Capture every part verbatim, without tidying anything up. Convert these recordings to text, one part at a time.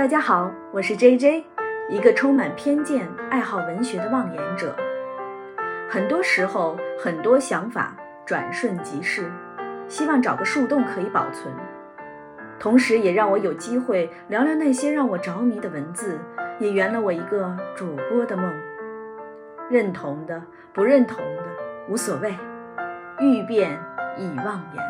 大家好，我是 J J， 一个充满偏见、爱好文学的妄言者。很多时候，很多想法转瞬即逝，希望找个树洞可以保存，同时也让我有机会聊聊那些让我着迷的文字，也圆了我一个主播的梦。认同的，不认同的，无所谓，欲辨已忘言。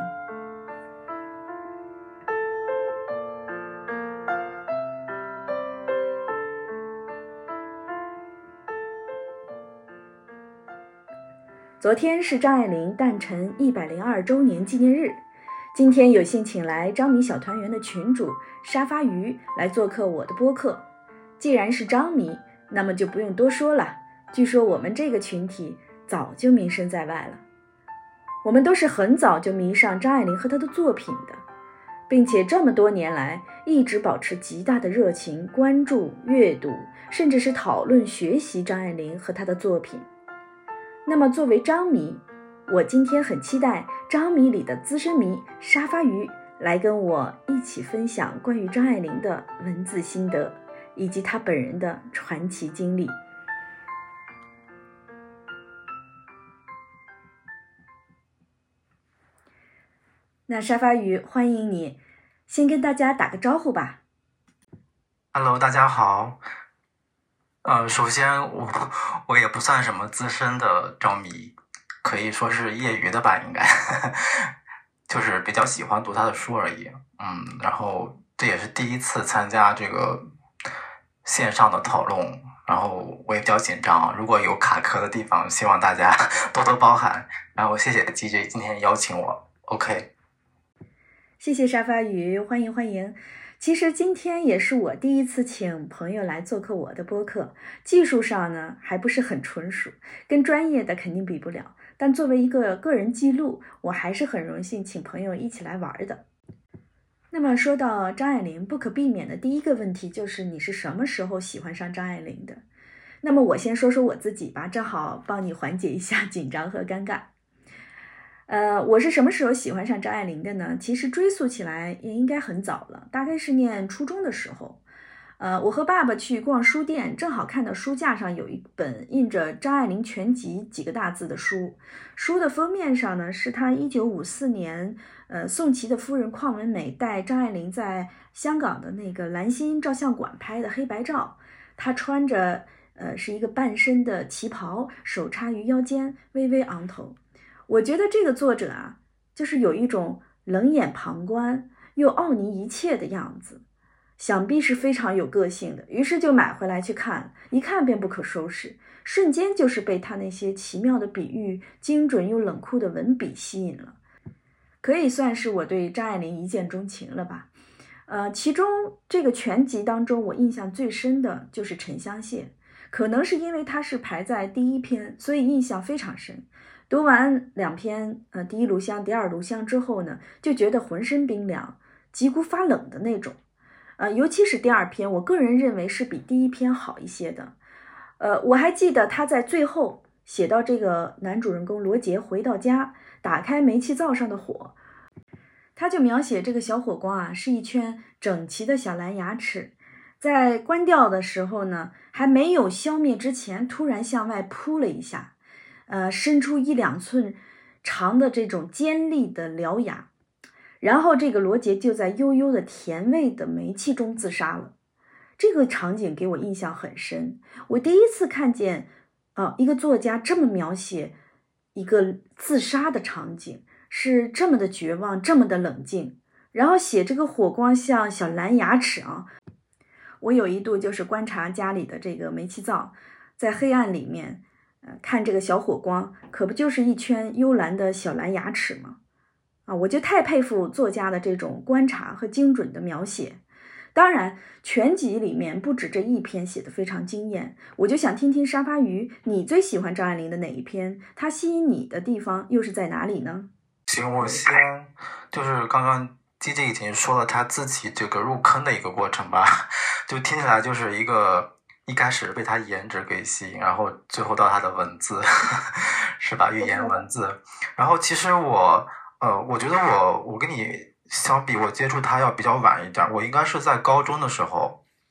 昨天是张爱玲诞辰一百零二周年纪念日，今天有幸请来张米小团圆的群主沙发鱼来做客我的播客。既然是张迷，那么就不用多说了，据说我们这个群体早就名声在外了。我们都是很早就迷上张爱玲和她的作品的，并且这么多年来一直保持极大的热情，关注、阅读，甚至是讨论、学习张爱玲和她的作品。那么作为张迷，我今天很期待张迷里的资深迷沙发鱼来跟我一起分享关于张爱玲的文字心得，以及她本人的传奇经历。那沙发鱼，欢迎你，先跟大家打个招呼吧。 Hello， 大家好。呃，首先我我也不算什么资深的张迷，可以说是业余的吧，应该就是比较喜欢读他的书而已。嗯，然后这也是第一次参加这个线上的讨论，然后我也比较紧张，如果有卡壳的地方，希望大家多多包涵。然后谢谢 G J 今天邀请我 ，OK。 谢谢沙发鱼，欢迎欢迎。其实今天也是我第一次请朋友来做客我的播客，技术上呢还不是很纯熟，跟专业的肯定比不了，但作为一个个人记录，我还是很荣幸请朋友一起来玩的。那么说到张爱玲，不可避免的第一个问题就是你是什么时候喜欢上张爱玲的？那么我先说说我自己吧，正好帮你缓解一下紧张和尴尬。呃，我是什么时候喜欢上张爱玲的呢？其实追溯起来也应该很早了，大概是念初中的时候。呃，我和爸爸去逛书店，正好看到书架上有一本印着张爱玲全集几个大字的书，书的封面上呢是她一九五四年，呃，宋琦的夫人邝文美带张爱玲在香港的那个兰心照相馆拍的黑白照，她穿着呃是一个半身的旗袍，手插于腰间，微微昂头。我觉得这个作者啊，就是有一种冷眼旁观又傲睨一切的样子，想必是非常有个性的，于是就买回来去看，一看便不可收拾，瞬间就是被他那些奇妙的比喻、精准又冷酷的文笔吸引了，可以算是我对张爱玲一见钟情了吧。呃，其中这个全集当中，我印象最深的就是沉香屑，可能是因为它是排在第一篇，所以印象非常深。读完两篇，呃，第一炉香、第二炉香之后呢，就觉得浑身冰凉，脊骨发冷的那种。呃，尤其是第二篇，我个人认为是比第一篇好一些的。呃，我还记得他在最后写到这个男主人公罗杰回到家，打开煤气灶上的火，他就描写这个小火光啊，是一圈整齐的小蓝牙齿，在关掉的时候呢，还没有消灭之前，突然向外扑了一下。呃，伸出一两寸长的这种尖利的獠牙，然后这个罗杰就在悠悠的甜味的煤气中自杀了。这个场景给我印象很深，我第一次看见呃，一个作家这么描写一个自杀的场景，是这么的绝望，这么的冷静，然后写这个火光像小蓝牙齿啊。我有一度就是观察家里的这个煤气灶，在黑暗里面呃，看这个小火光，可不就是一圈幽蓝的小蓝牙齿吗？啊，我就太佩服作家的这种观察和精准的描写。当然，全集里面不止这一篇写得非常惊艳，我就想听听沙发鱼，你最喜欢张爱玲的哪一篇？她吸引你的地方又是在哪里呢？ 行，我先就是刚刚 G J 已经说了他自己这个入坑的一个过程吧，就听起来就是一个。一开始被他颜值给吸引，然后最后到他的文字是吧，语言文字。然后其实我呃我觉得我我跟你相比，我接触他要比较晚一点，我应该是在高中的时候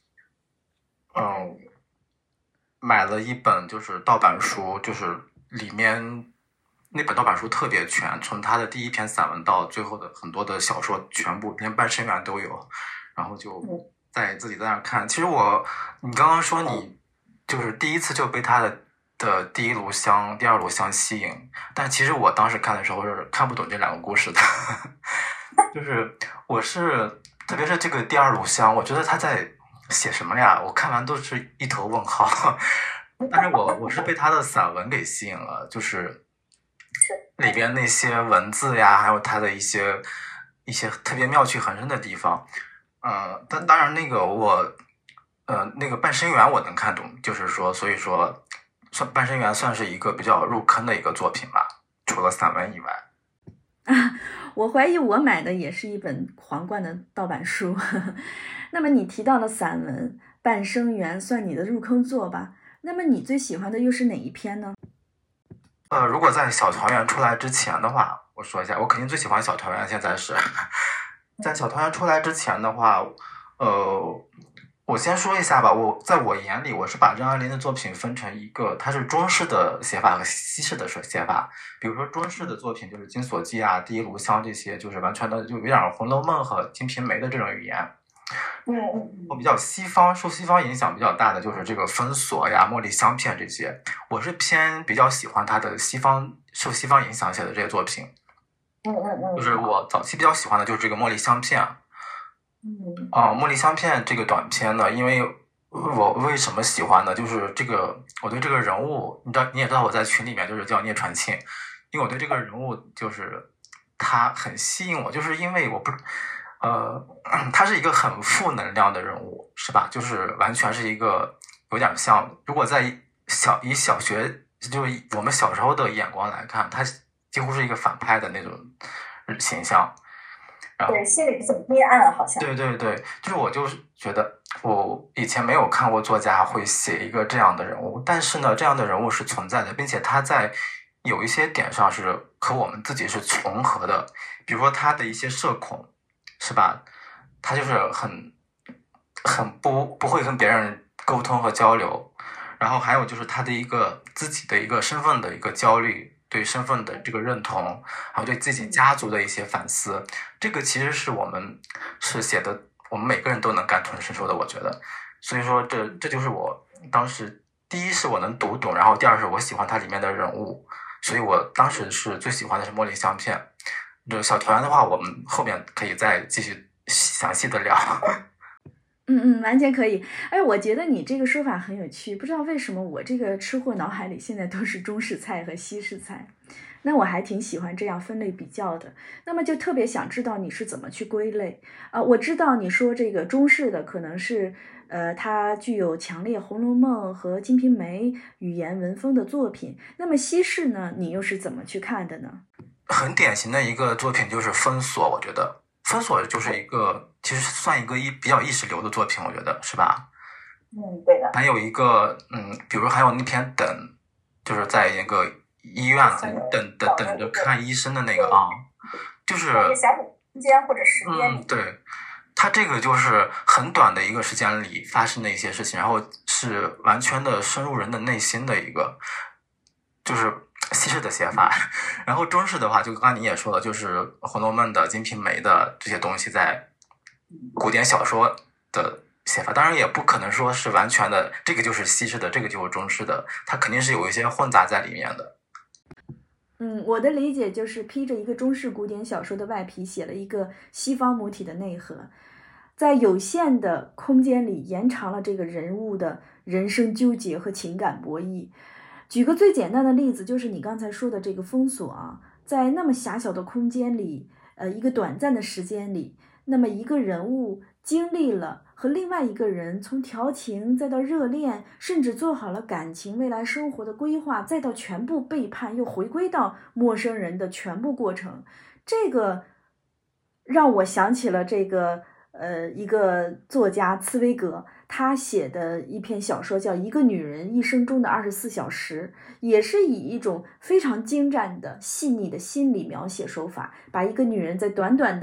嗯，买了一本就是盗版书，就是里面那本盗版书特别全，从他的第一篇散文到最后的很多的小说，全部连半生缘都有，然后就在自己在那看。其实我，你刚刚说你就是第一次就被他的的第一炉香、第二炉香吸引，但其实我当时看的时候是看不懂这两个故事的，就是我是特别是这个第二炉香，我觉得他在写什么呀？我看完都是一头问号。但是我我是被他的散文给吸引了，就是里边那些文字呀，还有他的一些一些特别妙趣横生的地方。呃，但当然那个我呃那个半生缘我能看懂，就是说，所以说算半生缘算是一个比较入坑的一个作品吧，除了散文以外。 啊，我怀疑我买的也是一本皇冠的盗版书。那么你提到的散文《半生缘》算你的入坑作吧？那么你最喜欢的又是哪一篇呢？ 呃，如果在小团圆出来之前的话，我说一下，我肯定最喜欢小团圆。现在是在小团圆出来之前的话，呃，我先说一下吧。我在我眼里，我是把张爱玲的作品分成一个，它是中式的写法和西式的写法。比如说中式的作品就是《金锁记》啊、《第一炉香》这些，就是完全的就有点《红楼梦》和《金瓶梅》的这种语言。 嗯嗯， 我比较西方，受西方影响比较大的就是这个封锁呀、茉莉香片这些。我是偏比较喜欢他的西方受西方影响写的这些作品。 嗯嗯嗯， 就是我早期比较喜欢的就是这个茉莉香片。 嗯啊、茉莉香片这个短片呢，因为我为什么喜欢呢？就是这个我对这个人物，你知道你也知道我在群里面就是叫聂传庆，因为我对这个人物就是他很吸引我，就是因为我不呃，他是一个很负能量的人物，是吧？就是完全是一个有点像，如果在小以小学就是以我们小时候的眼光来看，他几乎是一个反派的那种形象。 对，心里很阴暗，好像。 对对对，就是我就是觉得我以前没有看过作家会写一个这样的人物，但是呢，这样的人物是存在的，并且他在有一些点上是和我们自己是重合的，比如说他的一些社恐，是吧？他就是很很不不会跟别人沟通和交流，然后还有就是他的一个自己的一个身份的一个焦虑，对身份的这个认同，还有对自己家族的一些反思，这个其实是我们是写的，我们每个人都能感同身受的，我觉得。所以说这这就是我当时第一是我能读懂，然后第二是我喜欢它里面的人物，所以我当时是最喜欢的是茉莉香片。这小团的话，我们后面可以再继续详细的聊。 嗯嗯，完全可以。哎，我觉得你这个说法很有趣，不知道为什么我这个吃货脑海里现在都是中式菜和西式菜，那我还挺喜欢这样分类比较的。那么就特别想知道你是怎么去归类啊、呃？我知道你说这个中式的可能是呃，它具有强烈《红楼梦》和《金瓶梅》语言文风的作品。那么西式呢，你又是怎么去看的呢？ 很典型的一个作品就是《封锁》，我觉得《封锁》就是一个其实算一个一比较意识流的作品，我觉得是吧？ 嗯，对的。 还有一个嗯，比如还有那篇等，就是在那个医院等等等着看医生的那个啊，就是小空间或者时间里、 嗯，对，它这个就是很短的一个时间里发生的一些事情，然后是完全的深入人的内心的一个，就是西式的写法。然后中式的话，就刚刚你也说了，就是《红楼梦》的、《金瓶梅》的这些东西在古典小说的写法，当然也不可能说是完全的，这个就是西式的，这个就是中式的，它肯定是有一些混杂在里面的。 嗯，我的理解就是披着一个中式古典小说的外皮，写了一个西方母体的内核，在有限的空间里延长了这个人物的人生纠结和情感博弈。举个最简单的例子，就是你刚才说的这个封锁啊，在那么狭小的空间里，呃，一个短暂的时间里，那么一个人物经历了和另外一个人从调情再到热恋，甚至做好了感情未来生活的规划，再到全部背叛又回归到陌生人的全部过程，这个让我想起了这个呃一个作家茨威格，他写的一篇小说叫《一个女人一生中的二十四小时》，也是以一种非常精湛的细腻的心理描写手法，把一个女人在短短的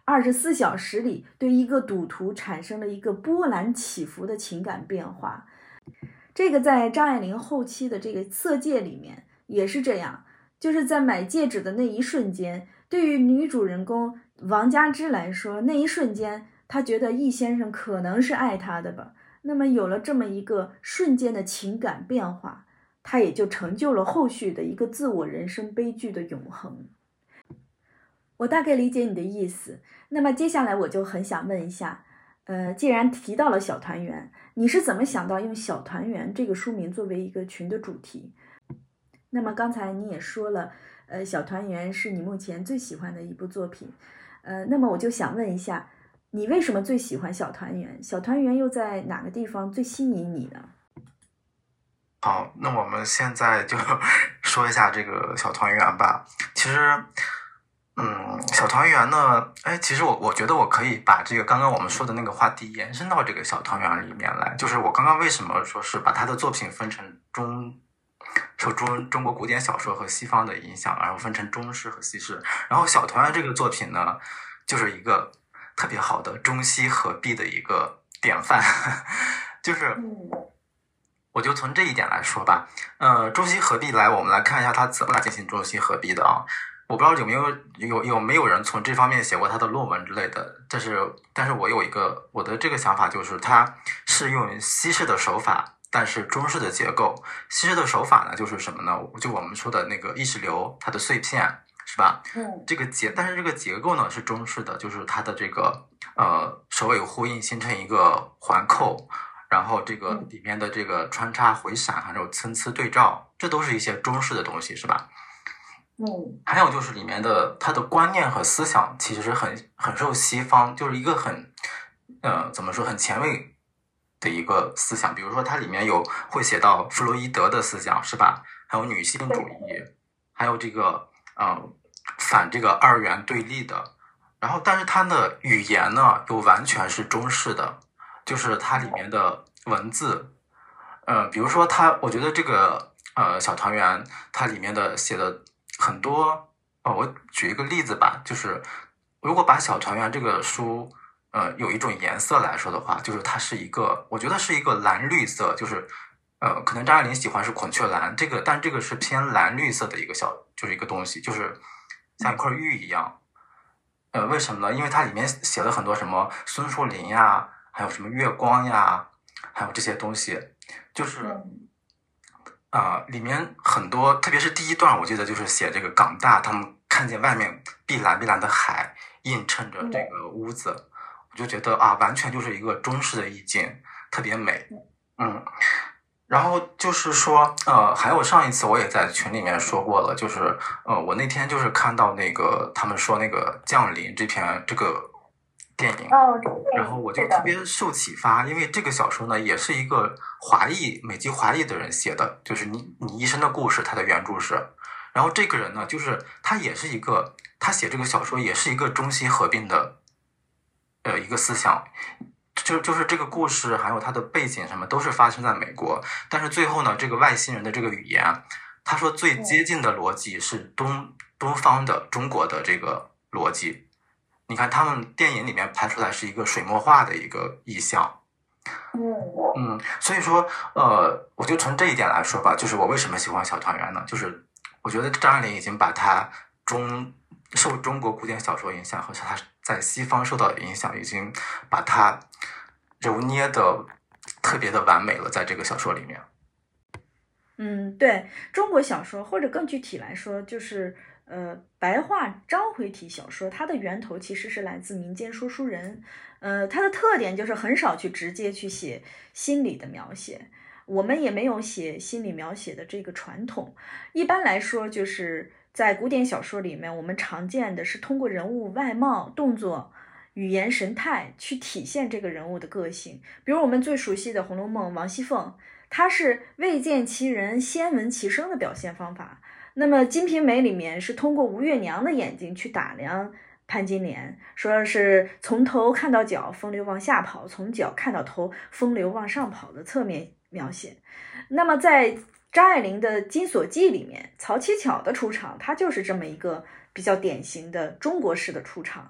二十四小时里对一个赌徒产生了一个波澜起伏的情感变化。这个在张爱玲后期的这个《色戒》里面也是这样，就是在买戒指的那一瞬间，对于女主人公王佳芝来说，那一瞬间她觉得易先生可能是爱她的吧，那么有了这么一个瞬间的情感变化，她也就成就了后续的一个自我人生悲剧的永恒。我大概理解你的意思，那么接下来我就很想问一下，呃，既然提到了小团圆，你是怎么想到用小团圆这个书名作为一个群的主题？那么刚才你也说了，呃，小团圆是你目前最喜欢的一部作品，呃，那么我就想问一下，你为什么最喜欢小团圆？小团圆又在哪个地方最吸引你呢？ 好，那我们现在就说一下这个小团圆吧。其实嗯，小团圆呢，哎，其实我我觉得我可以把这个刚刚我们说的那个话题延伸到这个小团圆里面来。就是我刚刚为什么说是把他的作品分成中受中中国古典小说和西方的影响，然后分成中式和西式。然后小团圆这个作品呢，就是一个特别好的中西合璧的一个典范。就是我就从这一点来说吧，呃，中西合璧来，我们来看一下他怎么来进行中西合璧的啊。我不知道有没有有有没有人从这方面写过他的论文之类的，但是但是我有一个我的这个想法，就是他是用西式的手法，但是中式的结构。西式的手法呢，就是什么呢？就我们说的那个意识流，它的碎片，是吧？ 嗯， 这个结，但是这个结构呢是中式的，就是它的这个呃首尾呼应，形成一个环扣。然后这个里面的这个穿插回闪，还有参差对照，这都是一些中式的东西，是吧？ 嗯， 还有就是里面的它的观念和思想其实是很很受西方，就是一个很呃怎么说很前卫的一个思想。比如说它里面有会写到弗洛伊德的思想，是吧？还有女性主义，还有这个呃反这个二元对立的。然后但是它的语言呢又完全是中式的，就是它里面的文字，呃比如说它，我觉得这个呃小团圆它里面的写的很多，呃我举一个例子吧，就是如果把小团圆这个书呃有一种颜色来说的话，就是它是一个，我觉得是一个蓝绿色，就是呃可能张爱玲喜欢是孔雀蓝，这个但这个是偏蓝绿色的一个小，就是一个东西，就是像一块玉一样。呃为什么呢？因为它里面写了很多什么孙树林呀，还有什么月光呀，还有这些东西，就是啊、呃，里面很多，特别是第一段，我记得就是写这个港大，他们看见外面碧蓝碧蓝的海映衬着这个屋子，我就觉得啊，完全就是一个中式的意境，特别美。嗯，然后就是说，呃，还有上一次我也在群里面说过了，就是呃，我那天就是看到那个他们说那个《降临》这篇这个电影， 哦， 然后我就特别受启发，因为这个小说呢也是一个华裔美籍华裔的人写的，就是你你一生的故事，他的原著是，然后这个人呢，就是他也是一个，他写这个小说也是一个中西合并的，呃，一个思想。就就是这个故事还有它的背景什么都是发生在美国，但是最后呢，这个外星人的这个语言，他说最接近的逻辑是东东方的中国的这个逻辑。你看他们电影里面拍出来是一个水墨画的一个意象。嗯，所以说呃，我就从这一点来说吧，就是我为什么喜欢小团圆呢？就是我觉得张爱玲已经把他中受中国古典小说影响和他在西方受到的影响，已经把它揉捏的特别的完美了，在这个小说里面。 嗯，对，中国小说，或者更具体来说，就是呃白话章回体小说，它的源头其实是来自民间说书人，呃，它的特点就是很少去直接去写心理的描写，我们也没有写心理描写的这个传统。一般来说，就是在古典小说里面，我们常见的是通过人物外貌、动作、语言、神态去体现这个人物的个性。比如我们最熟悉的《红楼梦》，王熙凤，她是未见其人先闻其声的表现方法。那么《金瓶梅》里面是通过吴月娘的眼睛去打量潘金莲，说是从头看到脚，风流往下跑；从脚看到头，风流往上跑的侧面描写。那么在张爱玲的《金锁记》里面，曹七巧的出场，她就是这么一个比较典型的中国式的出场。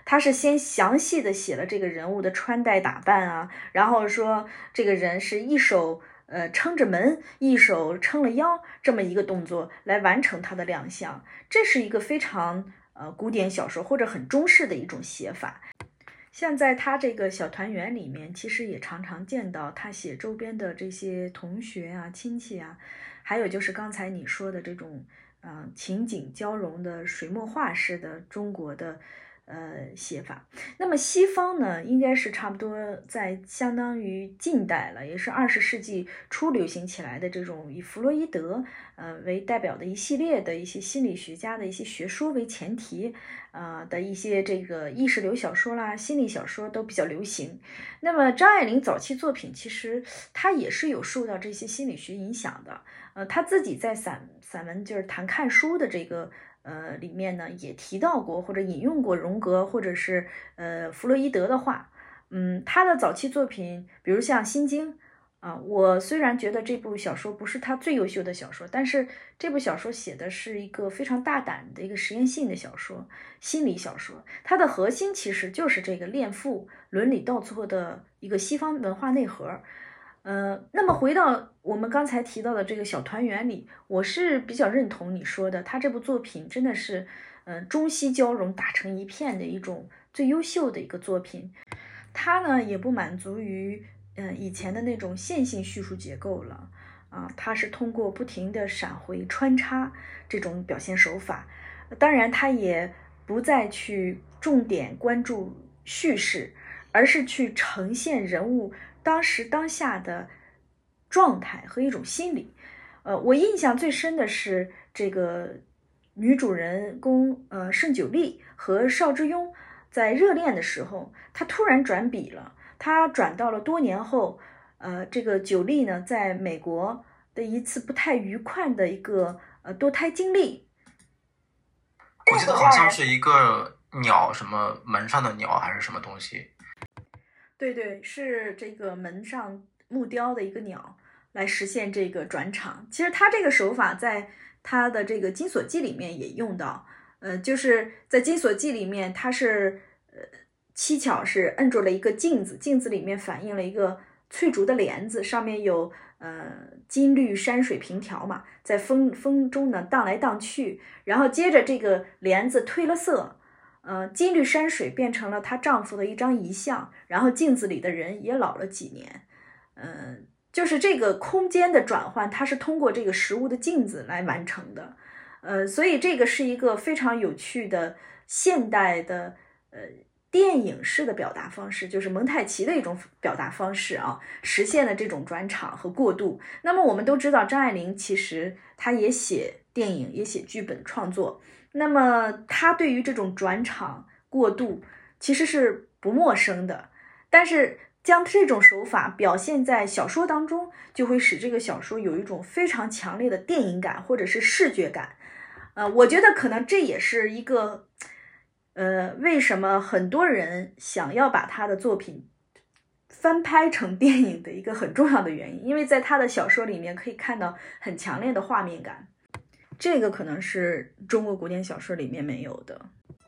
他是先详细的写了这个人物的穿戴打扮啊，然后说这个人是一手呃撑着门，一手撑了腰，这么一个动作来完成他的亮相。这是一个非常呃古典小说或者很中式的一种写法。像在他这个小团圆里面，其实也常常见到他写周边的这些同学啊、亲戚啊，还有就是刚才你说的这种，呃，情景交融的水墨画式的中国的呃写法。那么西方呢，应该是差不多在相当于近代了，也是二十世纪初流行起来的这种以弗洛伊德呃为代表的一系列的一些心理学家的一些学说为前提。呃的一些这个意识流小说啦、心理小说都比较流行。那么张爱玲早期作品其实她也是有受到这些心理学影响的。呃，她自己在散散文就是谈看书的这个呃里面呢，也提到过或者引用过荣格或者是呃弗洛伊德的话。嗯，她的早期作品，比如像《心经》。啊，我虽然觉得这部小说不是他最优秀的小说，但是这部小说写的是一个非常大胆的一个实验性的小说，心理小说。它的核心其实就是这个恋父伦理倒错的一个西方文化内核。呃，那么回到我们刚才提到的这个小团圆里，我是比较认同你说的，他这部作品真的是，呃，中西交融打成一片的一种最优秀的一个作品。它呢也不满足于嗯，以前的那种线性叙述结构了啊，它是通过不停的闪回穿插这种表现手法。当然，它也不再去重点关注叙事，而是去呈现人物当时当下的状态和一种心理。呃，我印象最深的是这个女主人公呃盛九莉和邵之雍在热恋的时候，她突然转笔了。他转到了多年后，呃，这个九莉呢，在美国的一次不太愉快的一个呃堕胎经历。 我记得好像是一个鸟，什么门上的鸟还是什么东西。 对对，是这个门上木雕的一个鸟来实现这个转场。其实他这个手法在他的这个《金锁记》里面也用到，呃，就是在《金锁记》里面，它是呃。蹊跷是摁住了一个镜子，镜子里面反映了一个翠竹的帘子，上面有呃金绿山水平条嘛，在风风中呢荡来荡去，然后接着这个帘子褪了色，呃金绿山水变成了她丈夫的一张遗像，然后镜子里的人也老了几年。嗯、呃，就是这个空间的转换，它是通过这个实物的镜子来完成的。呃，所以这个是一个非常有趣的现代的呃。电影式的表达方式，就是蒙太奇的一种表达方式啊，实现了这种转场和过渡。那么我们都知道，张爱玲其实她也写电影，也写剧本创作。那么她对于这种转场过渡其实是不陌生的，但是将这种手法表现在小说当中，就会使这个小说有一种非常强烈的电影感或者是视觉感。呃，我觉得可能这也是一个。呃，为什么很多人想要把他的作品翻拍成电影的一个很重要的原因？因为在他的小说里面可以看到很强烈的画面感，这个可能是中国古典小说里面没有的。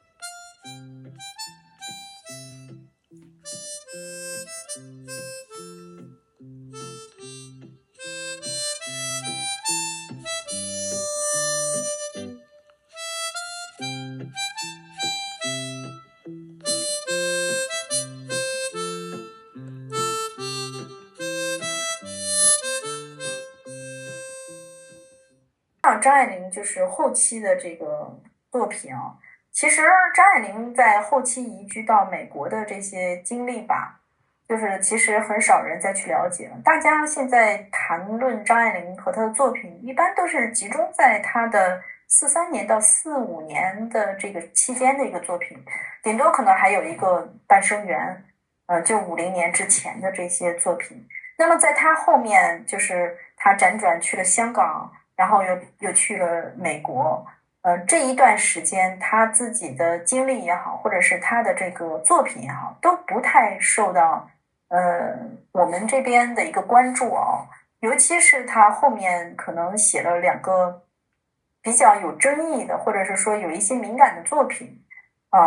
张爱玲就是后期的这个作品啊，其实张爱玲在后期移居到美国的这些经历吧，就是其实很少人再去了解了。大家现在谈论张爱玲和她的作品，一般都是集中在她的四三年到四五年的这个期间的一个作品，顶多可能还有一个《半生缘》，呃，就五零年之前的这些作品。那么在她后面，就是她辗转去了香港。然后又又去了美国，呃，这一段时间他自己的经历也好，或者是他的这个作品也好，都不太受到呃我们这边的一个关注啊。尤其是他后面可能写了两个比较有争议的，或者是说有一些敏感的作品啊、呃，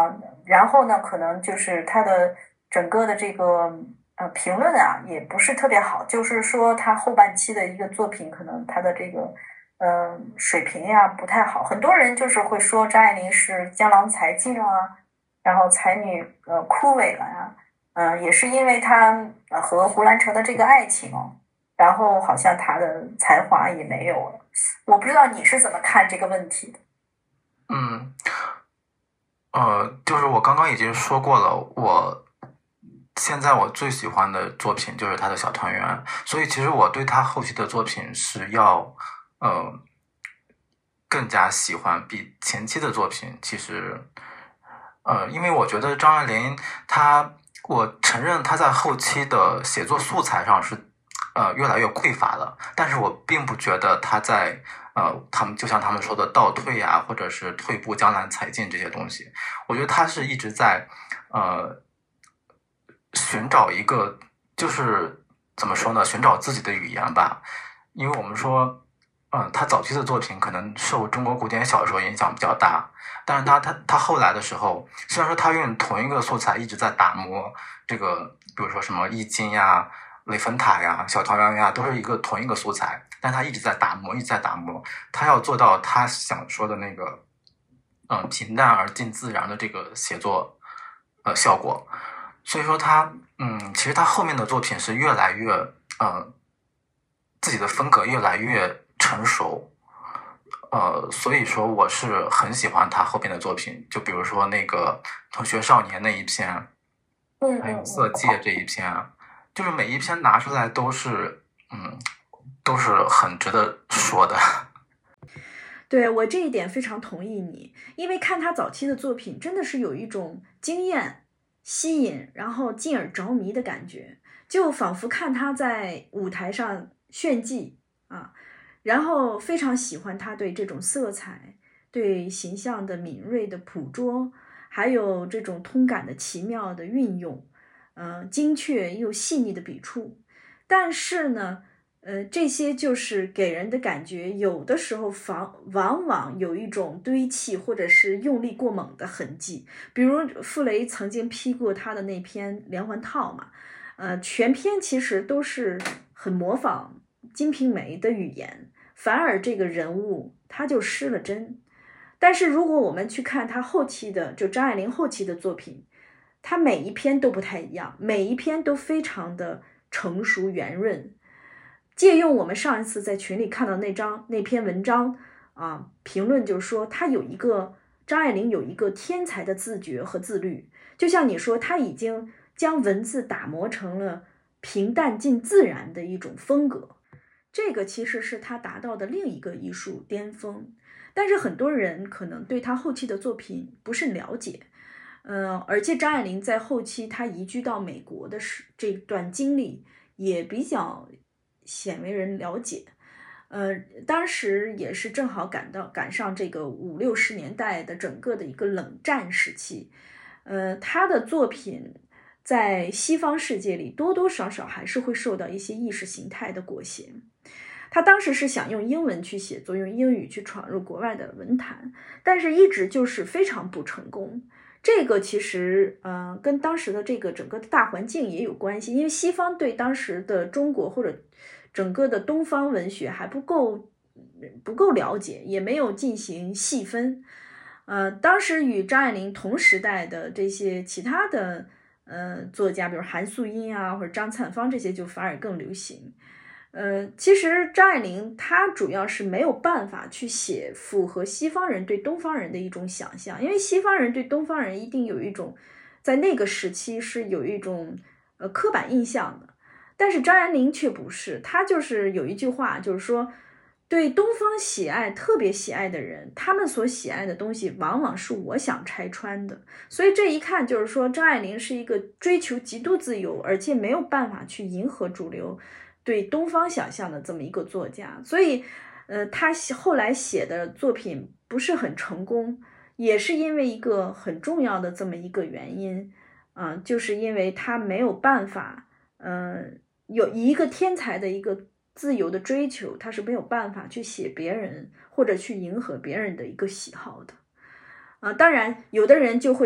然后呢，可能就是他的整个的这个呃评论啊，也不是特别好，就是说他后半期的一个作品，可能他的这个呃水平呀不太好，很多人就是会说张爱玲是江郎才尽啊，然后才女呃枯萎了呀，嗯、呃，也是因为她呃和胡兰成的这个爱情哦，然后好像她的才华也没有了，我不知道你是怎么看这个问题的。 嗯，呃，就是我刚刚已经说过了，我现在我最喜欢的作品就是他的小团圆，所以其实我对他后期的作品是要呃更加喜欢，比前期的作品其实呃，因为我觉得张爱玲她，我承认她在后期的写作素材上是呃越来越匮乏了，但是我并不觉得她在呃他们就像他们说的倒退啊，或者是退步江南才尽这些东西，我觉得她是一直在呃寻找一个就是怎么说呢，寻找自己的语言吧，因为我们说。嗯，他早期的作品可能受中国古典小说影响比较大，但是他他他后来的时候，虽然说他用同一个素材一直在打磨这个，比如说什么易经呀、雷峰塔呀、小团圆呀，都是一个同一个素材，但他一直在打磨，一直在打磨，他要做到他想说的那个，嗯，平淡而近自然的这个写作，呃，效果。所以说他，嗯，其实他后面的作品是越来越，呃，自己的风格越来越成熟。呃，所以说我是很喜欢他后边的作品，就比如说那个《同学少年》那一篇， 嗯还有嗯 《色戒》这一篇，就是每一篇拿出来都是，嗯，都是很值得说的。 对，我这一点非常同意你，因为看他早期的作品，真的是有一种惊艳、吸引，然后进而着迷的感觉，就仿佛看他在舞台上炫技啊，然后非常喜欢他对这种色彩、对形象的敏锐的捕捉，还有这种通感的奇妙的运用，嗯、呃，精确又细腻的笔触。但是呢，呃，这些就是给人的感觉，有的时候防往往有一种堆砌或者是用力过猛的痕迹。比如傅雷曾经批过他的那篇《连环套》嘛，呃，全篇其实都是很模仿《金瓶梅》的语言，反而这个人物他就失了真。但是如果我们去看他后期的，就张爱玲后期的作品，他每一篇都不太一样，每一篇都非常的成熟圆润。借用我们上一次在群里看到那张那篇文章啊，评论就是说他有一个张爱玲有一个天才的自觉和自律，就像你说，他已经将文字打磨成了平淡近自然的一种风格，这个其实是他达到的另一个艺术巅峰。但是很多人可能对他后期的作品不甚了解，嗯、呃，而且张爱玲在后期她移居到美国的时这段经历也比较鲜为人了解。呃，当时也是正好赶到赶上这个五六十年代的整个的一个冷战时期，呃，他的作品在西方世界里多多少少还是会受到一些意识形态的裹挟。他当时是想用英文去写作，用英语去闯入国外的文坛，但是一直就是非常不成功。这个其实呃跟当时的这个整个的大环境也有关系，因为西方对当时的中国或者整个的东方文学还不够不够了解，也没有进行细分。呃，当时与张爱玲同时代的这些其他的呃作家，比如韩素英啊或者张灿芳这些，就反而更流行。呃，其实张爱玲她主要是没有办法去写符合西方人对东方人的一种想象，因为西方人对东方人一定有一种在那个时期是有一种呃刻板印象的，但是张爱玲却不是，她就是有一句话，就是说对东方喜爱特别喜爱的人，他们所喜爱的东西往往是我想拆穿的，所以这一看就是说张爱玲是一个追求极度自由，而且没有办法去迎合主流对东方想象的这么一个作家，所以，呃，他后来写的作品不是很成功，也是因为一个很重要的这么一个原因，啊、呃，就是因为他没有办法，嗯、呃，有一个天才的一个自由的追求，他是没有办法去写别人或者去迎合别人的一个喜好的，啊、呃，当然，有的人就会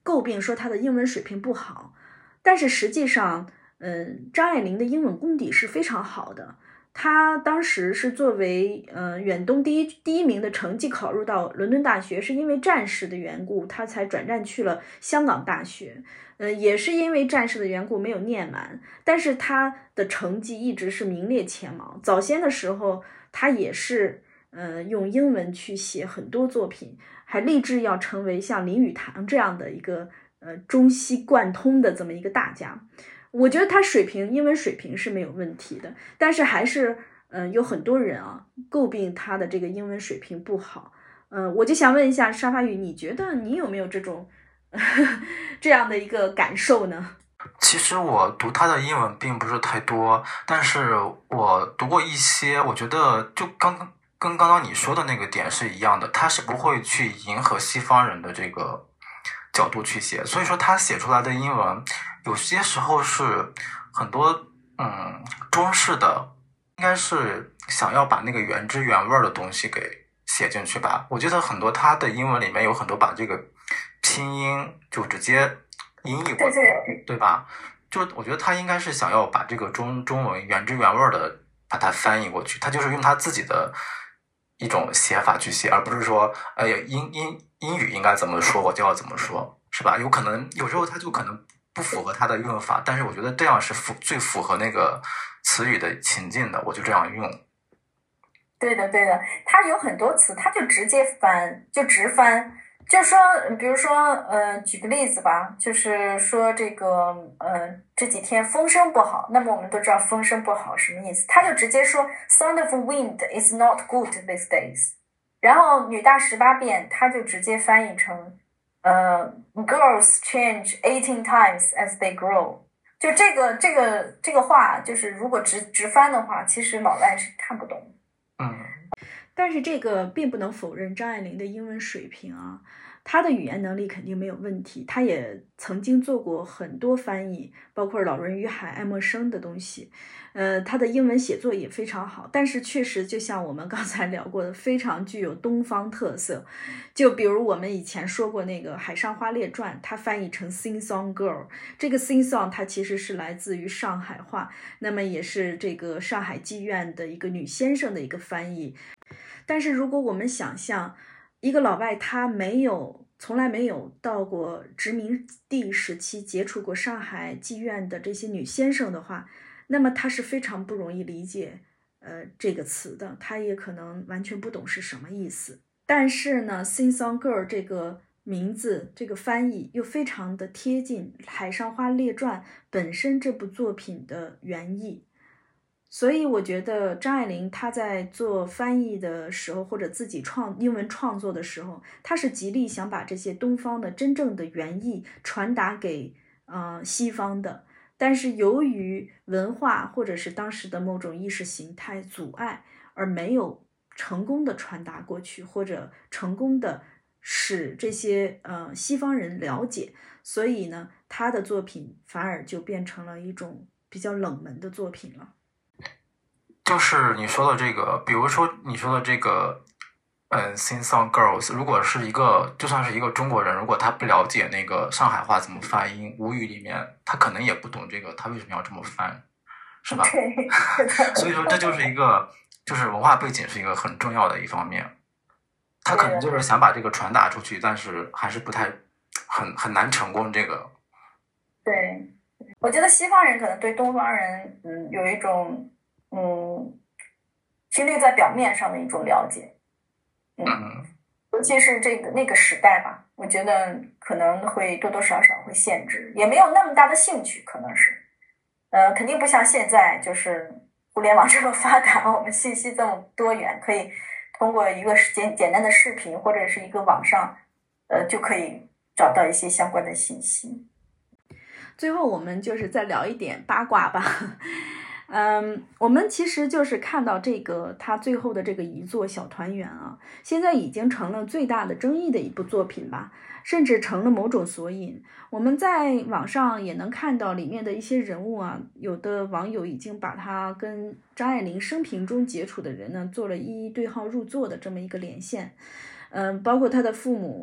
诟病说她的英文水平不好，但是实际上，嗯，张爱玲的英文功底是非常好的。她当时是作为呃远东第一第一名的成绩考入到伦敦大学，是因为战事的缘故，她才转战去了香港大学。呃，也是因为战事的缘故没有念完，但是她的成绩一直是名列前茅。早先的时候，她也是呃用英文去写很多作品，还立志要成为像林语堂这样的一个呃中西贯通的这么一个大家。我觉得他水平英文水平是没有问题的，但是还是嗯、呃、有很多人啊诟病他的这个英文水平不好。嗯、呃，我就想问一下沙发语，你觉得你有没有这种呵呵这样的一个感受呢？ 其实我读他的英文并不是太多，但是我读过一些，我觉得就刚跟刚刚你说的那个点是一样的，他是不会去迎合西方人的这个角度去写，所以说他写出来的英文有些时候是很多嗯中式的，应该是想要把那个原汁原味的东西给写进去吧。我觉得很多他的英文里面有很多把这个拼音就直接音译过去，对, 对吧？就我觉得他应该是想要把这个中中文原汁原味的把它翻译过去，他就是用他自己的一种写法去写，而不是说哎呀英英英语应该怎么说我就要怎么说，是吧？有可能有时候他就可能不符合他的用法，但是我觉得这样是符最符合那个词语的情境的，我就这样用。 对的对的，他有很多词他就直接翻，就直翻。就说比如说呃举个例子吧，就是说这个呃这几天风声不好，那么我们都知道风声不好什么意思，他就直接说 Sound of wind is not good these days。 然后女大十八变他就直接翻译成呃 Girls change eighteen times as they grow。 就这个这个这个话就是如果直直翻的话，其实老外是看不懂。 嗯， 但是这个并不能否认张爱玲的英文水平啊，她的语言能力肯定没有问题，她也曾经做过很多翻译，包括《老人与海》、爱默生的东西，呃，她的英文写作也非常好，但是确实就像我们刚才聊过的，非常具有东方特色。就比如我们以前说过那个《海上花列传》，它翻译成 Sing Song Girl， 这个 Sing Song 它其实是来自于上海话，那么也是这个上海妓院的一个女先生的一个翻译。但是如果我们想象一个老外他没有从来没有到过殖民地时期接触过上海妓院的这些女先生的话，那么他是非常不容易理解呃这个词的，他也可能完全不懂是什么意思。但是呢 Sing Song Girl 这个名字这个翻译又非常的贴近《海上花列传》本身这部作品的原意。所以我觉得张爱玲她在做翻译的时候，或者自己创英文创作的时候，她是极力想把这些东方的真正的原意传达给呃西方的，但是由于文化或者是当时的某种意识形态阻碍，而没有成功的传达过去，或者成功的使这些呃西方人了解，所以呢，她的作品反而就变成了一种比较冷门的作品了。 就是你说的这个，比如说你说的这个，嗯 ，Sing Song Girls， 如果是一个，就算是一个中国人，如果他不了解那个上海话怎么发音，吴语里面他可能也不懂这个，他为什么要这么翻，是吧？所以说这就是一个，就是文化背景是一个很重要的一方面，他可能就是想把这个传达出去，但是还是不太很很难成功。这个， 对，我觉得西方人可能对东方人，嗯，有一种。嗯，停留在表面上的一种了解，嗯，尤其是这个那个时代吧，我觉得可能会多多少少会限制，也没有那么大的兴趣，可能是，呃，肯定不像现在，就是互联网这么发达，我们信息这么多元，可以通过一个简简单的视频或者是一个网上，呃，就可以找到一些相关的信息。 最后，我们就是再聊一点八卦吧。嗯，我们其实就是看到这个他最后的这个遗作《小团圆》啊，现在已经成了最大的争议的一部作品吧，甚至成了某种索引。我们在网上也能看到里面的一些人物啊，有的网友已经把他跟张爱玲生平中接触的人呢，做了一一对号入座的这么一个连线。嗯，包括他的父母。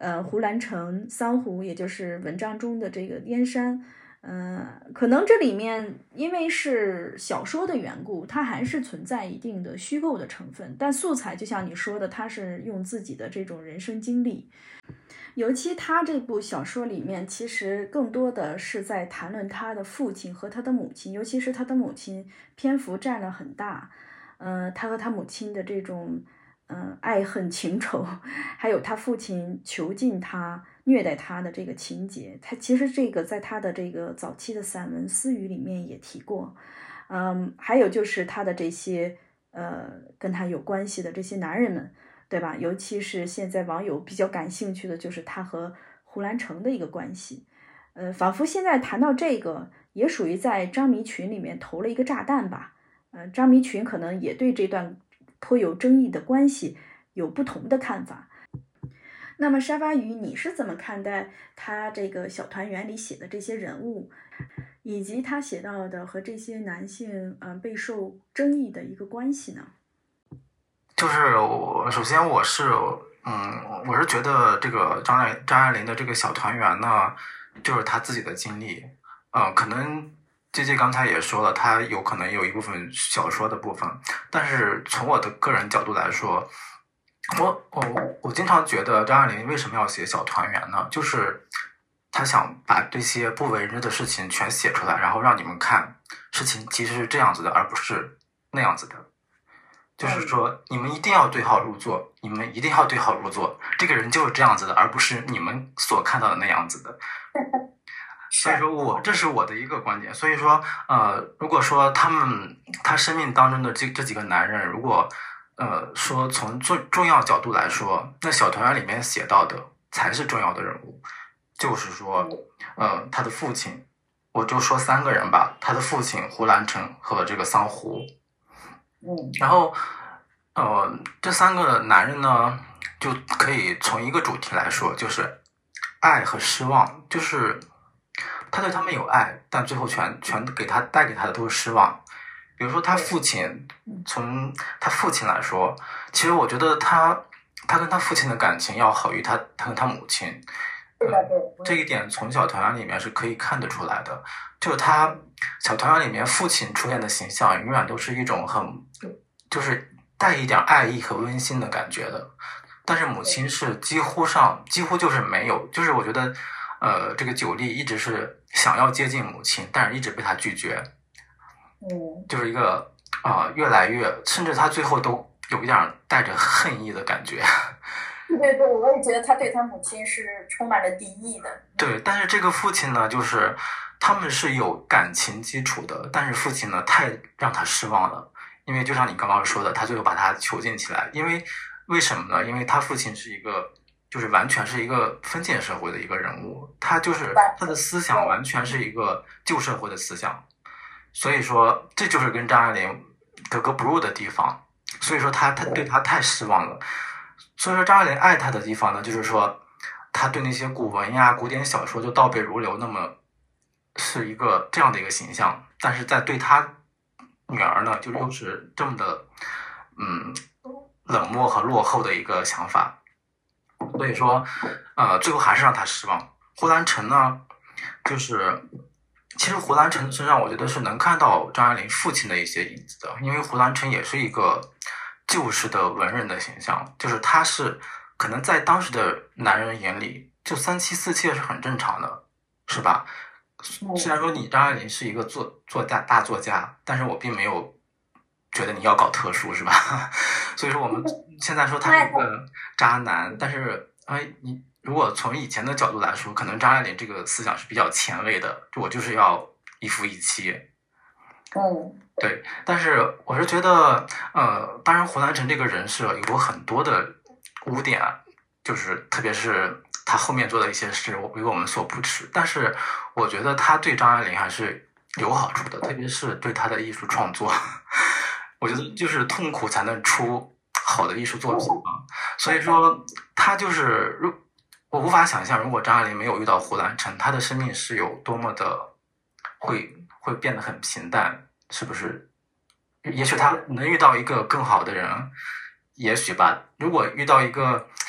呃胡兰成、桑胡，也就是文章中的这个燕山。嗯、呃，可能这里面因为是小说的缘故，它还是存在一定的虚构的成分，但素材就像你说的，它是用自己的这种人生经历。尤其他这部小说里面，其实更多的是在谈论他的父亲和他的母亲，尤其是他的母亲，篇幅占了很大。呃，他和他母亲的这种，嗯、呃，爱恨情仇，还有他父亲囚禁他、虐待他的这个情节，他其实这个在他的这个早期的散文私语里面也提过。嗯，还有就是他的这些，呃，跟他有关系的这些男人们。对吧？尤其是现在网友比较感兴趣的就是他和胡兰成的一个关系，呃，仿佛现在谈到这个，也属于在张迷群里面投了一个炸弹吧。呃，张迷群可能也对这段颇有争议的关系有不同的看法。那么沙发鱼，你是怎么看待他这个小团圆里写的这些人物，以及他写到的和这些男性呃备受争议的一个关系呢？ 就是我首先我是嗯，我是觉得这个张爱张爱玲的这个小团圆呢，就是她自己的经历。呃，可能 J J 刚才也说了，她有可能有一部分小说的部分，但是从我的个人角度来说，我我我经常觉得张爱玲为什么要写小团圆呢？就是她想把这些不为人知的事情全写出来，然后让你们看事情其实是这样子的，而不是那样子的。就是说，你们一定要对号入座，你们一定要对号入座。这个人就是这样子的，而不是你们所看到的那样子的。所以说我这是我的一个观点。所以说，呃，如果说他们他生命当中的这这几个男人，如果呃说从重重要角度来说，那小团圆里面写到的才是重要的人物。就是说，呃，他的父亲，我就说三个人吧，他的父亲胡兰成和这个桑胡。然后，呃，这三个男人呢，就可以从一个主题来说，就是爱和失望。就是他对他们有爱，但最后全全给他带给他的都是失望。比如说他父亲，从他父亲来说，其实我觉得他他跟他父亲的感情要好于他他跟他母亲。 对的，对、嗯， 这一点从小团圆里面是可以看得出来的。就是他小团圆里面父亲出现的形象，永远都是一种很就是带一点爱意和温馨的感觉的，但是母亲是几乎上几乎就是没有。就是我觉得，呃，这个久利一直是想要接近母亲，但是一直被他拒绝。 嗯， 就是一个啊、呃，越来越，甚至他最后都有一点带着恨意的感觉。 对对，我也觉得他对他母亲是充满了敌意的。 对，但是这个父亲呢，就是他们是有感情基础的，但是父亲呢，太让他失望了。因为就像你刚刚说的，他最后把他囚禁起来。因为为什么呢？因为他父亲是一个，就是完全是一个封建社会的一个人物，他就是他的思想完全是一个旧社会的思想。所以说，这就是跟张爱玲格格不入的地方。所以说他，他他对他太失望了。所以说张爱玲爱他的地方呢，就是说他对那些古文呀、古典小说就倒背如流，那么是一个这样的一个形象。但是在对他女儿呢，就又是这么的嗯冷漠和落后的一个想法。所以说呃最后还是让他失望。胡兰成呢，就是其实胡兰成身上我觉得是能看到张爱玲父亲的一些影子的。因为胡兰成也是一个旧式的文人的形象，就是他是可能在当时的男人眼里，就三妻四妾是很正常的，是吧？虽然说你张爱玲是一个作作家大作家，但是我并没有觉得你要搞特殊，是吧？所以说我们现在说他是一个渣男，但是哎，你如果从以前的角度来说，可能张爱玲这个思想是比较前卫的，我就是要一夫一妻。 嗯， 对，但是我是觉得，呃，当然胡兰成这个人设有很多的污点，就是特别是他后面做的一些事为我们所不齿。但是我觉得他对张爱玲还是有好处的，特别是对他的艺术创作。我觉得就是痛苦才能出好的艺术作品啊。所以说他就是如我无法想象，如果张爱玲没有遇到胡兰成，他的生命是有多么的会会变得很平淡，是不是？也许他能遇到一个更好的人，也许吧。如果遇到一个，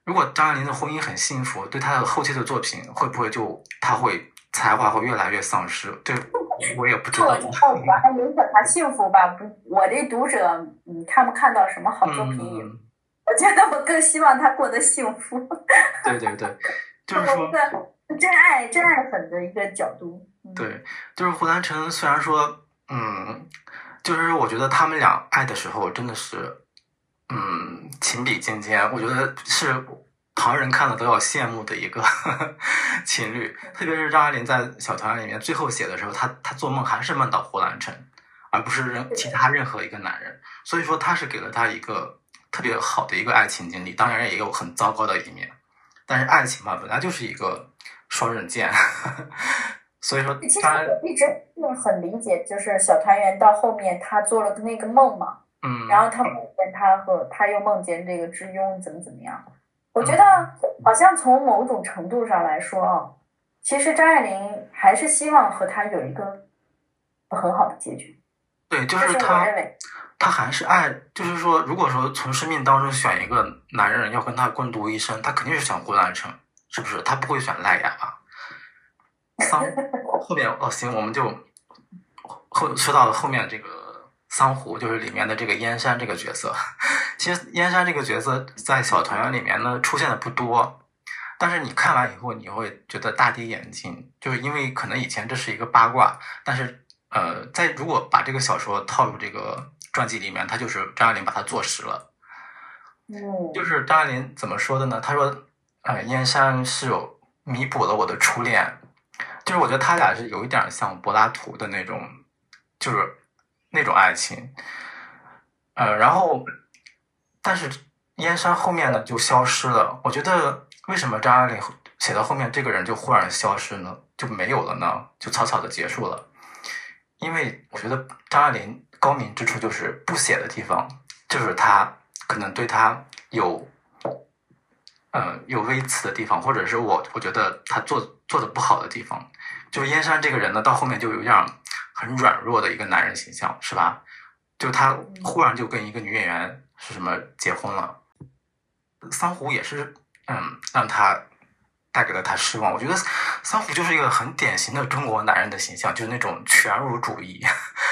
如果张爱玲的婚姻很幸福，对她的后期的作品会不会就她会才华会越来越丧失？对，我也不知道。 我我还影响她幸福吧？不，我这读者，嗯，看不看到什么好作品？嗯、我觉得我更希望她过得幸福。 对对对，就是说一个真爱真爱粉的一个角度。嗯、 对，就是胡兰成虽然说，嗯，就是我觉得他们俩爱的时候真的是。嗯，情比金坚，我觉得是旁人看了都要羡慕的一个呵呵情侣。特别是张爱玲在《小团圆》里面最后写的时候，她她做梦还是梦到胡兰成，而不是任其他任何一个男人。所以说，他是给了他一个特别好的一个爱情经历，当然也有很糟糕的一面。但是爱情嘛，本来就是一个双刃剑，呵呵所以说， 其实我一直很理解，就是《小团圆》到后面他做了那个梦嘛。 嗯， 然后他梦见他和他又梦见这个知庸怎么怎么样，我觉得好像从某种程度上来说啊，其实张爱玲还是希望和他有一个很好的结局。 对，就是他，他还是爱，就是说，如果说从生命当中选一个男人要跟他共度一生，他肯定是选胡兰成，是不是？他不会选赖雅吧？桑后面哦，行，我们就后说到后面这个。桑湖就是里面的这个燕山这个角色，其实燕山这个角色在小团圆里面呢出现的不多，但是你看完以后你会觉得大跌眼镜，就是因为可能以前这是一个八卦，但是呃，在如果把这个小说套入这个传记里面，它就是张爱玲把它坐实了。 嗯， 就是张爱玲怎么说的呢？她说，呃，燕山是有弥补了我的初恋，就是我觉得他俩是有一点像柏拉图的那种，就是。那种爱情，呃，然后，但是燕山后面呢就消失了。我觉得为什么张爱玲写到后面这个人就忽然消失呢？就没有了呢？就草草的结束了。因为我觉得张爱玲高明之处就是不写的地方，就是她可能对她有，呃，有微词的地方，或者是我我觉得她做做的不好的地方。就是燕山这个人呢，到后面就有点。很软弱的一个男人形象，是吧？就他忽然就跟一个女演员是什么结婚了，桑湖也是，嗯，让他带给了他失望。我觉得桑湖就是一个很典型的中国男人的形象，就是那种全儒主义。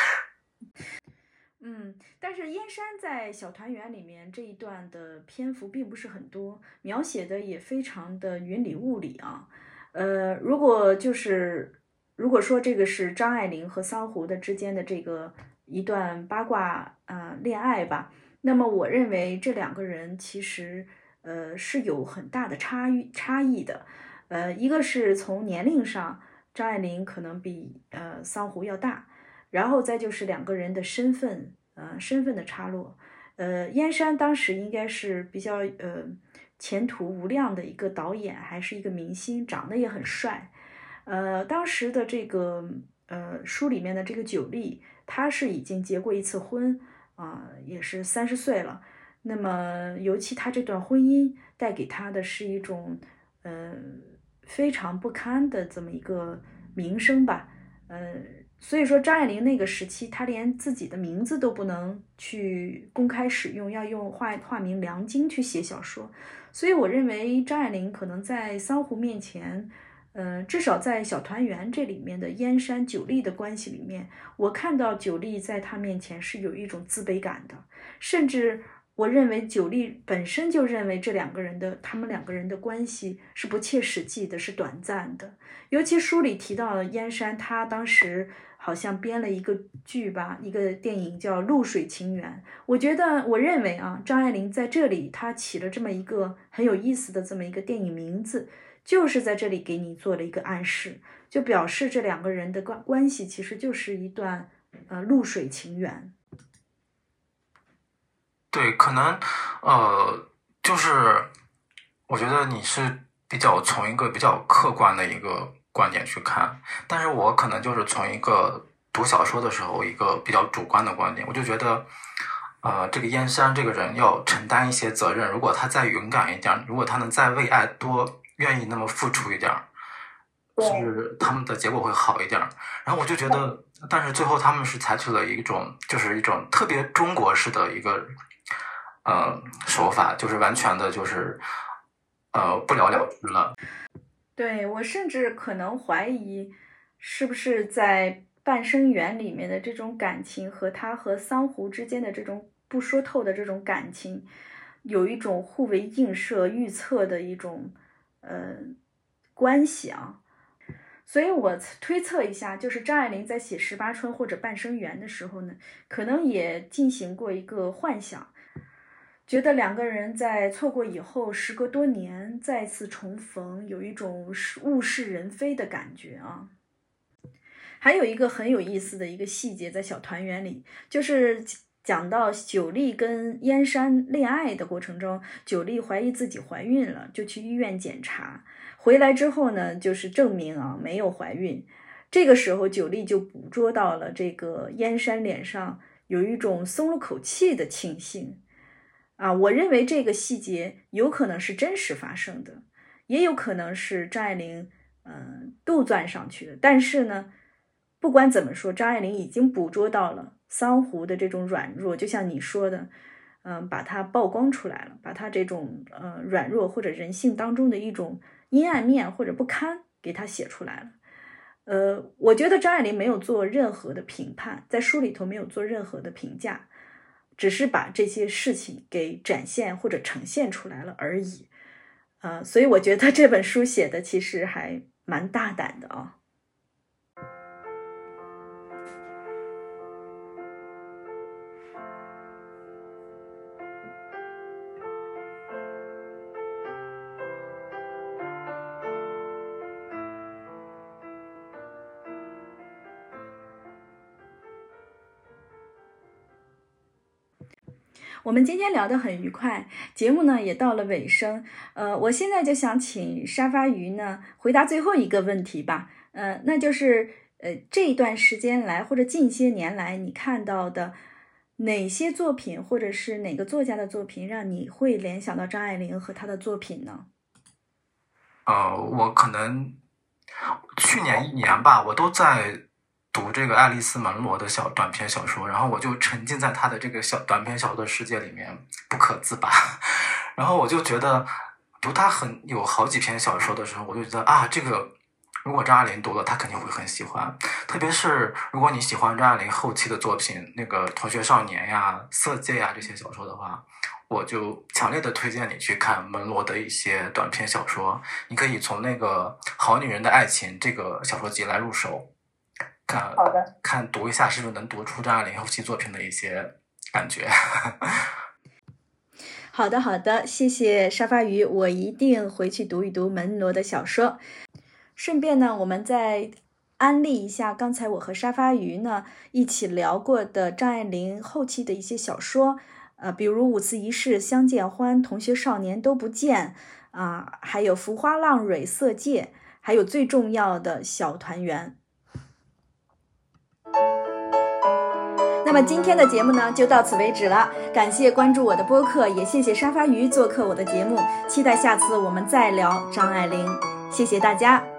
嗯，但是燕山在《小团圆》里面这一段的篇幅并不是很多，描写的也非常的云里雾里啊。呃，如果就是。如果说这个是张爱玲和桑湖的之间的这个一段八卦呃恋爱吧，那么我认为这两个人其实呃是有很大的差异差异的，呃，一个是从年龄上，张爱玲可能比呃桑湖要大，然后再就是两个人的身份呃身份的差落，呃，燕山当时应该是比较呃前途无量的一个导演，还是一个明星，长得也很帅。呃，当时的这个呃书里面的这个九莉，她是已经结过一次婚啊、呃，也是三十岁了。那么，尤其她这段婚姻带给她的是一种呃非常不堪的这么一个名声吧。呃，所以说张爱玲那个时期，她连自己的名字都不能去公开使用，要用化化名梁晶去写小说。所以我认为张爱玲可能在桑湖面前。呃，至少在《小团圆》这里面的燕山九莉的关系里面，我看到九莉在他面前是有一种自卑感的，甚至我认为九莉本身就认为这两个人的他们两个人的关系是不切实际的，是短暂的。尤其书里提到燕山，他当时好像编了一个剧吧，一个电影叫《露水情缘》。我觉得，我认为啊，张爱玲在这里她起了这么一个很有意思的这么一个电影名字。就是在这里给你做了一个暗示，就表示这两个人的关关系其实就是一段呃露水情缘。 对，可能呃，就是我觉得你是比较从一个比较客观的一个观点去看，但是我可能就是从一个读小说的时候一个比较主观的观点，我就觉得呃，这个燕山这个人要承担一些责任，如果他再勇敢一点，如果他能再为爱多愿意那么付出一点，是他们的结果会好一点。然后我就觉得，但是最后他们是采取了一种就是一种特别中国式的一个呃手法，就是完全的就是呃不了了之了。 对，我甚至可能怀疑是不是在半生缘里面的这种感情和他和桑湖之间的这种不说透的这种感情有一种互为映射预测的一种呃关系啊。所以我推测一下，就是张爱玲在写十八春或者半生缘的时候呢，可能也进行过一个幻想，觉得两个人在错过以后，时隔多年再次重逢，有一种物是人非的感觉啊。还有一个很有意思的一个细节在小团圆里，就是讲到九莉跟燕山恋爱的过程中，九莉怀疑自己怀孕了，就去医院检查，回来之后呢，就是证明啊没有怀孕。这个时候九莉就捕捉到了这个燕山脸上有一种松了口气的庆幸啊。我认为这个细节有可能是真实发生的，也有可能是张爱玲嗯、呃、杜撰上去的。但是呢，不管怎么说，张爱玲已经捕捉到了桑湖的这种软弱，就像你说的，嗯、呃，把它曝光出来了，把它这种呃软弱或者人性当中的一种阴暗面或者不堪给它写出来了。呃，我觉得张爱玲没有做任何的评判，在书里头没有做任何的评价，只是把这些事情给展现或者呈现出来了而已。呃，所以我觉得这本书写的其实还蛮大胆的啊。我们今天聊得很愉快，节目呢也到了尾声。呃，我现在就想请沙发鱼呢回答最后一个问题吧。呃，那就是呃这一段时间来或者近些年来，你看到的哪些作品或者是哪个作家的作品，让你会联想到张爱玲和她的作品呢？ 呃，我可能去年一年吧，我都在读这个爱丽丝·门罗的小短篇小说，然后我就沉浸在她的这个小短篇小说的世界里面不可自拔。然后我就觉得读她很有好几篇小说的时候，我就觉得啊，这个如果张爱玲读了，她肯定会很喜欢。特别是如果你喜欢张爱玲后期的作品，那个《同学少年》呀、《色戒》呀这些小说的话，我就强烈的推荐你去看门罗的一些短篇小说。你可以从那个《好女人的爱情》这个小说集来入手，看好的， 看读一下是不是能读出张爱玲后期作品的一些感觉。 好的好的，谢谢沙发鱼，我一定回去读一读门罗的小说。顺便呢，我们再安利一下刚才我和沙发鱼呢一起聊过的张爱玲后期的一些小说，呃，比如五次一世、相见欢、同学少年都不见啊、呃，还有浮花浪蕊、色戒，还有最重要的小团圆。那么今天的节目呢就到此为止了，感谢关注我的播客，也谢谢沙发鱼做客我的节目，期待下次我们再聊张爱玲，谢谢大家。